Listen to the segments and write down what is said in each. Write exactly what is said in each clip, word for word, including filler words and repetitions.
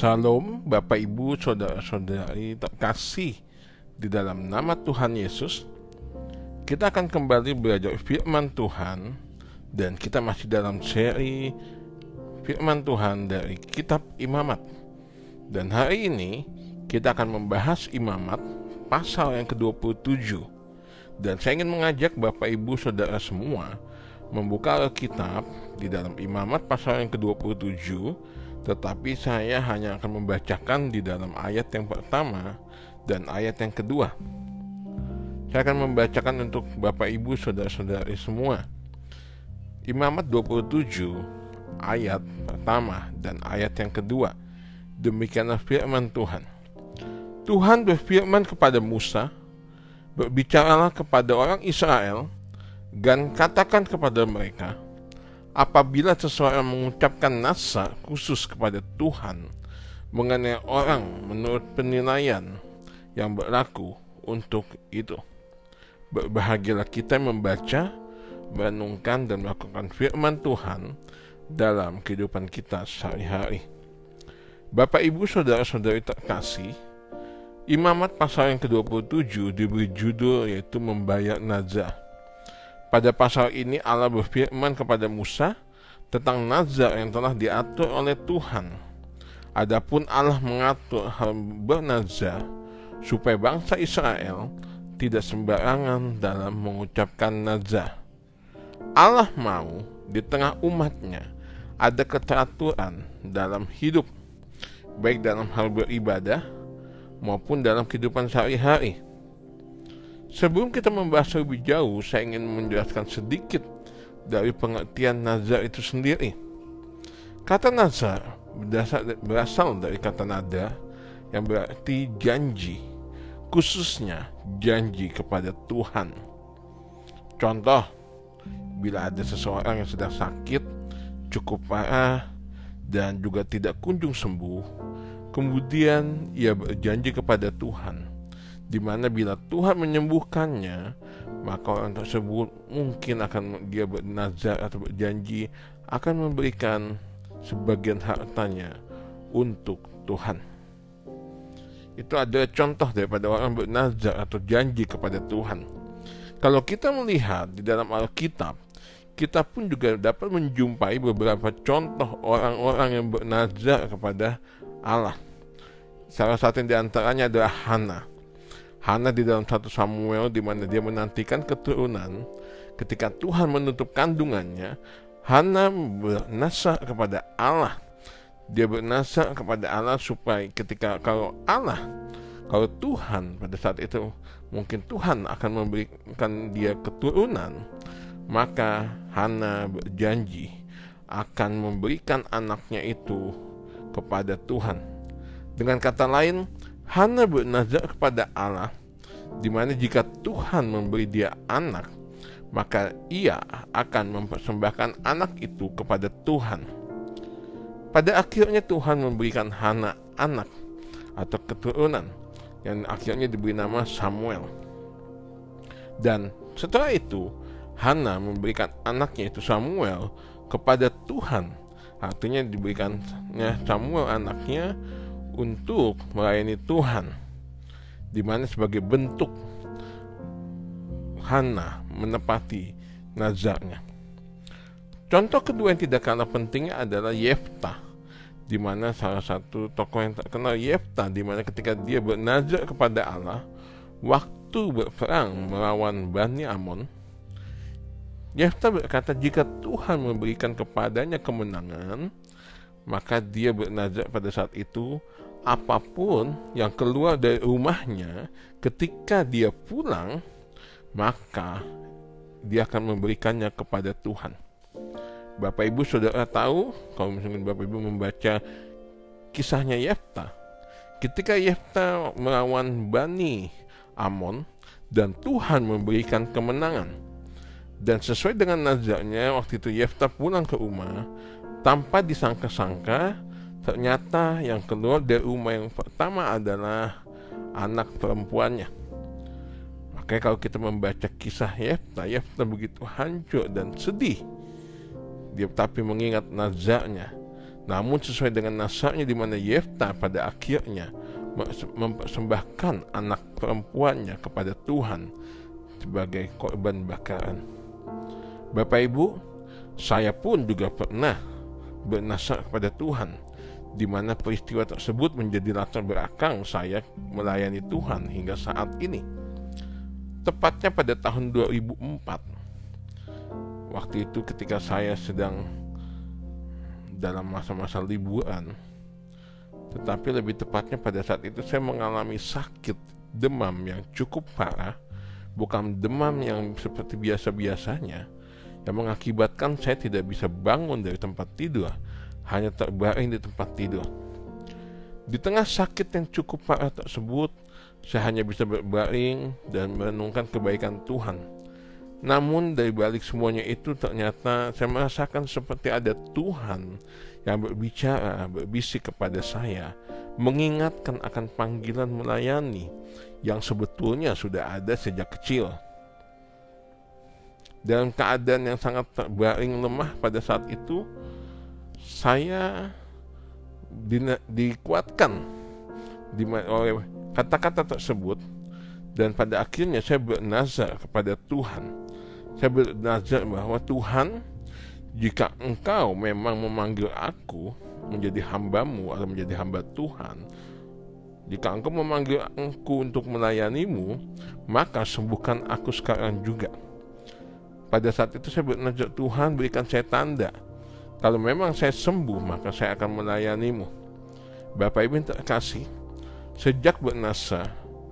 Salam Bapak Ibu Saudara-saudari terkasih di dalam nama Tuhan Yesus. Kita akan kembali belajar firman Tuhan, dan kita masih dalam seri firman Tuhan dari kitab Imamat. Dan hari ini kita akan membahas Imamat pasal yang ke dua puluh tujuh. Dan saya ingin mengajak Bapak Ibu Saudara semua membuka Alkitab di dalam Imamat pasal yang ke dua puluh tujuh. Tetapi saya hanya akan membacakan di dalam ayat yang pertama dan ayat yang kedua. Saya akan membacakan untuk Bapak Ibu Saudara-saudari semua. Imamat dua puluh tujuh ayat pertama dan ayat yang kedua. Demikianlah firman Tuhan. Tuhan berfirman kepada Musa, berbicaralah kepada orang Israel, dan katakan kepada mereka, apabila seseorang mengucapkan nazar khusus kepada Tuhan mengenai orang menurut penilaian yang berlaku untuk itu, berbahagialah kita membaca, merenungkan, dan melakukan firman Tuhan dalam kehidupan kita sehari-hari. Bapak Ibu Saudara-saudari terkasih, Imamat pasal yang ke dua puluh tujuh diberi judul yaitu membayar nazar. Pada pasal ini Allah berfirman kepada Musa tentang nazar yang telah diatur oleh Tuhan. Adapun Allah mengatur hal bernazar supaya bangsa Israel tidak sembarangan dalam mengucapkan nazar. Allah mau di tengah umatnya ada keteraturan dalam hidup, baik dalam hal beribadah maupun dalam kehidupan sehari-hari. Sebelum kita membahas lebih jauh, saya ingin menjelaskan sedikit dari pengertian nazar itu sendiri. Kata nazar berasal, berasal dari kata nada yang berarti janji, khususnya janji kepada Tuhan. Contoh, bila ada seseorang yang sedang sakit, cukup parah, dan juga tidak kunjung sembuh, kemudian ia berjanji kepada Tuhan, di mana bila Tuhan menyembuhkannya, maka orang tersebut mungkin akan dia bernazar atau berjanji akan memberikan sebagian hartanya untuk Tuhan. Itu adalah contoh daripada orang bernazar atau janji kepada Tuhan. Kalau kita melihat di dalam Alkitab, kita pun juga dapat menjumpai beberapa contoh orang-orang yang bernazar kepada Allah. Salah satu di antaranya adalah Hana. Hana di dalam satu Samuel, di mana dia menantikan keturunan. Ketika Tuhan menutup kandungannya, Hana bernazar kepada Allah. Dia bernazar kepada Allah supaya ketika kalau Allah, kalau Tuhan pada saat itu mungkin Tuhan akan memberikan dia keturunan, maka Hana berjanji akan memberikan anaknya itu kepada Tuhan. Dengan kata lain, Hana bernazar kepada Allah, di mana jika Tuhan memberi dia anak, maka ia akan mempersembahkan anak itu kepada Tuhan. Pada akhirnya Tuhan memberikan Hana anak atau keturunan yang akhirnya diberi nama Samuel. Dan setelah itu Hana memberikan anaknya itu Samuel kepada Tuhan. Artinya diberikannya Samuel anaknya untuk melayani Tuhan, di mana sebagai bentuk Hana menepati nazarnya. Contoh kedua yang tidak kalah pentingnya adalah Yeftah, di mana salah satu tokoh yang terkenal Yeftah, di mana ketika dia bernazar kepada Allah waktu berperang melawan Bani Amon, Yeftah berkata jika Tuhan memberikan kepadanya kemenangan, maka dia bernazar pada saat itu, apapun yang keluar dari rumahnya ketika dia pulang, maka dia akan memberikannya kepada Tuhan. Bapak Ibu Saudara tahu, kalau misalnya Bapak Ibu membaca kisahnya Yeftah, ketika Yeftah melawan Bani Amon dan Tuhan memberikan kemenangan, dan sesuai dengan nazarnya waktu itu Yeftah pulang ke rumah, tanpa disangka-sangka ternyata yang keluar dari rumah yang pertama adalah anak perempuannya. Makanya kalau kita membaca kisah Yeftah, Yeftah begitu hancur dan sedih. Dia tapi mengingat nazarnya, Namun sesuai dengan nasabnya, di mana Yefta pada akhirnya mempersembahkan anak perempuannya kepada Tuhan sebagai korban bakaran. Bapak Ibu, saya pun juga pernah bernasar kepada Tuhan, di mana peristiwa tersebut menjadi latar belakang saya melayani Tuhan hingga saat ini. Tepatnya pada tahun dua ribu empat. Waktu itu ketika saya sedang dalam masa-masa liburan, tetapi lebih tepatnya pada saat itu saya mengalami sakit demam yang cukup parah, bukan demam yang seperti biasa-biasanya, yang mengakibatkan saya tidak bisa bangun dari tempat tidur, hanya terbaring di tempat tidur. Di tengah sakit yang cukup parah tersebut, saya hanya bisa berbaring dan merenungkan kebaikan Tuhan. Namun dari balik semuanya itu, ternyata saya merasakan seperti ada Tuhan yang berbicara, berbisik kepada saya, mengingatkan akan panggilan melayani yang sebetulnya sudah ada sejak kecil. Dalam keadaan yang sangat terbaring lemah pada saat itu, saya di, dikuatkan di, oleh kata-kata tersebut, dan pada akhirnya saya bernazar kepada Tuhan. Saya bernazar bahwa Tuhan, jika Engkau memang memanggil aku menjadi hambamu atau menjadi hamba Tuhan, jika Engkau memanggil aku untuk melayanimu, maka sembuhkan aku sekarang juga. Pada saat itu saya bernazar, Tuhan berikan saya tanda, kalau memang saya sembuh maka saya akan melayanimu. Bapak Ibu yang terkasih, sejak bernazar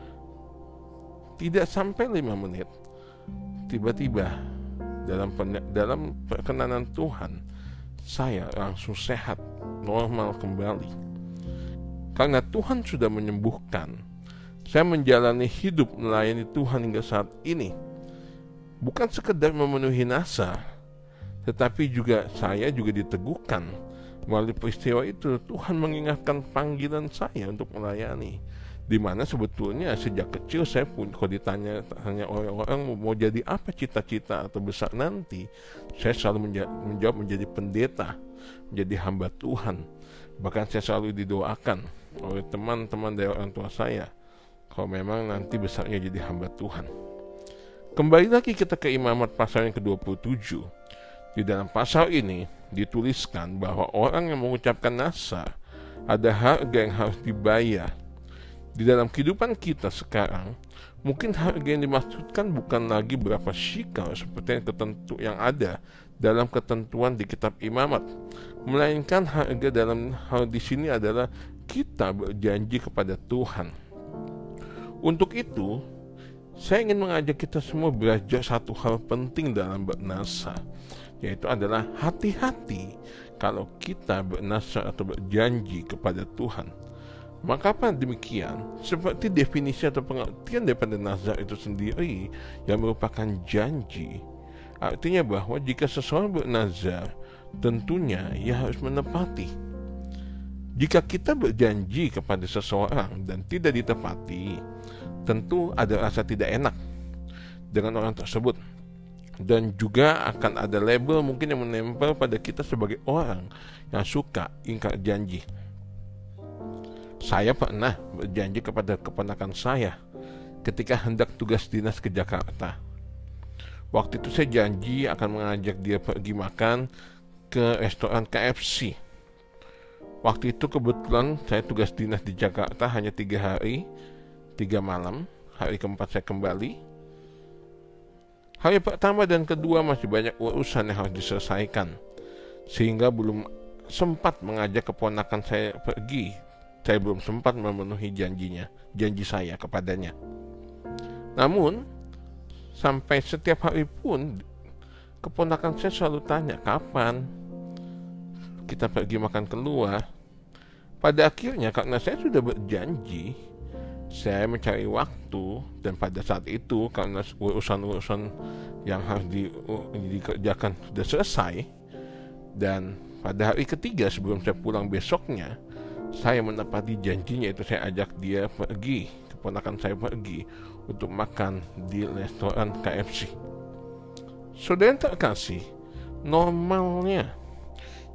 tidak sampai lima menit, tiba-tiba dalam dalam perkenanan Tuhan, saya langsung sehat, normal kembali. Karena Tuhan sudah menyembuhkan, saya menjalani hidup melayani Tuhan hingga saat ini. Bukan sekedar memenuhi nazar, tetapi juga saya juga diteguhkan melalui peristiwa itu. Tuhan mengingatkan panggilan saya untuk melayani, di mana sebetulnya sejak kecil saya pun, kalau ditanya tanya orang-orang mau jadi apa cita-cita atau besar nanti, saya selalu menja- menjawab menjadi pendeta, menjadi hamba Tuhan. Bahkan saya selalu didoakan oleh teman-teman dari orang tua saya, kalau memang nanti besarnya jadi hamba Tuhan. Kembali lagi kita ke Imamat pasal yang ke dua puluh tujuh. Di dalam pasal ini dituliskan bahwa orang yang mengucapkan nazar ada harga yang harus dibayar. Di dalam kehidupan kita sekarang, mungkin harga yang dimaksudkan bukan lagi berapa shikal seperti yang ketentu yang ada dalam ketentuan di kitab Imamat, melainkan harga dalam hal di sini adalah kita berjanji kepada Tuhan. Untuk itu, saya ingin mengajak kita semua belajar satu hal penting dalam bernazar, yaitu adalah hati-hati kalau kita bernazar atau berjanji kepada Tuhan. Maka apa demikian? Seperti definisi atau pengertian daripada nazar itu sendiri yang merupakan janji. Artinya bahwa jika seseorang bernazar, tentunya ia harus menepati. Jika kita berjanji kepada seseorang dan tidak ditepati, tentu ada rasa tidak enak dengan orang tersebut, dan juga akan ada label mungkin yang menempel pada kita sebagai orang yang suka ingkar janji. Saya pernah berjanji kepada keponakan saya ketika hendak tugas dinas ke Jakarta. Waktu itu saya janji akan mengajak dia pergi makan ke restoran K F C. Waktu itu kebetulan saya tugas dinas di Jakarta hanya tiga hari, tiga malam. Hari keempat saya kembali. Hari pertama dan kedua masih banyak urusan yang harus diselesaikan, sehingga belum sempat mengajak keponakan saya pergi. Saya belum sempat memenuhi janjinya, janji saya kepadanya. Namun, sampai setiap hari pun keponakan saya selalu tanya, kapan kita pergi makan keluar. Pada akhirnya karena saya sudah berjanji, saya mencari waktu, dan pada saat itu karena urusan-urusan yang harus di, dikerjakan sudah selesai, dan pada hari ketiga sebelum saya pulang besoknya, saya menepati janjinya, itu saya ajak dia pergi, keponakan saya pergi untuk makan di restoran K F C. Saudara yang terkasih, normalnya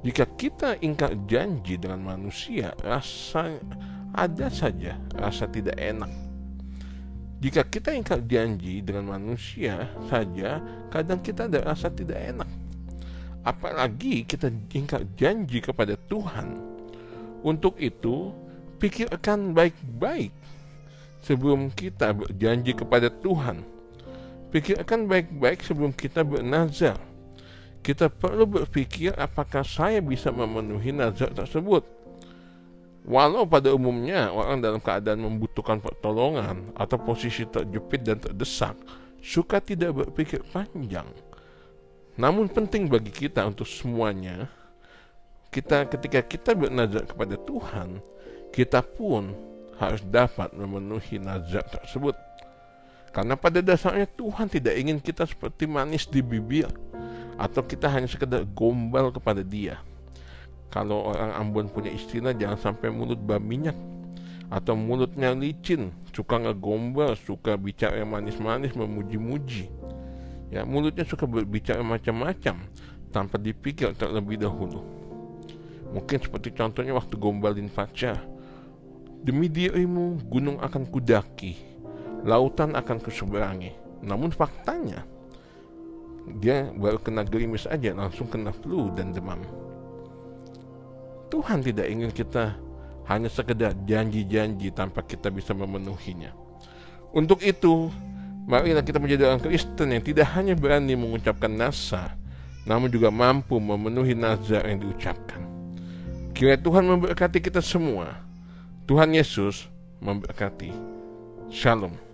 Jika kita ingkar janji dengan manusia, rasa ada saja rasa tidak enak. Jika kita ingkar janji dengan manusia saja, kadang kita ada rasa tidak enak. Apalagi kita ingkar janji kepada Tuhan. Untuk itu, pikirkan baik-baik sebelum kita berjanji kepada Tuhan. Pikirkan baik-baik sebelum kita bernazar. Kita perlu berpikir apakah saya bisa memenuhi nazar tersebut. Walau pada umumnya orang dalam keadaan membutuhkan pertolongan atau posisi terjepit dan terdesak, suka tidak berpikir panjang. Namun penting bagi kita untuk semuanya, kita ketika kita bernazar kepada Tuhan, kita pun harus dapat memenuhi nazar tersebut. Karena pada dasarnya Tuhan tidak ingin kita seperti manis di bibir, atau kita hanya sekedar gombal kepada Dia. Kalau orang Ambon punya istilah, jangan sampai mulut berminyak atau mulutnya licin, suka ngegombal, suka bicara yang manis-manis, memuji-muji. Ya, mulutnya suka berbicara macam-macam tanpa dipikir terlebih dahulu. Mungkin seperti contohnya waktu gombalin pacar. Demi dirimu gunung akan kudaki, lautan akan kuseberangi. Namun faktanya dia baru kena gerimis aja langsung kena flu dan demam. Tuhan tidak ingin kita hanya sekedar janji-janji tanpa kita bisa memenuhinya. Untuk itu, marilah kita menjadi orang Kristen yang tidak hanya berani mengucapkan nazar, namun juga mampu memenuhi nazar yang diucapkan. Kiranya Tuhan memberkati kita semua. Tuhan Yesus memberkati. Shalom.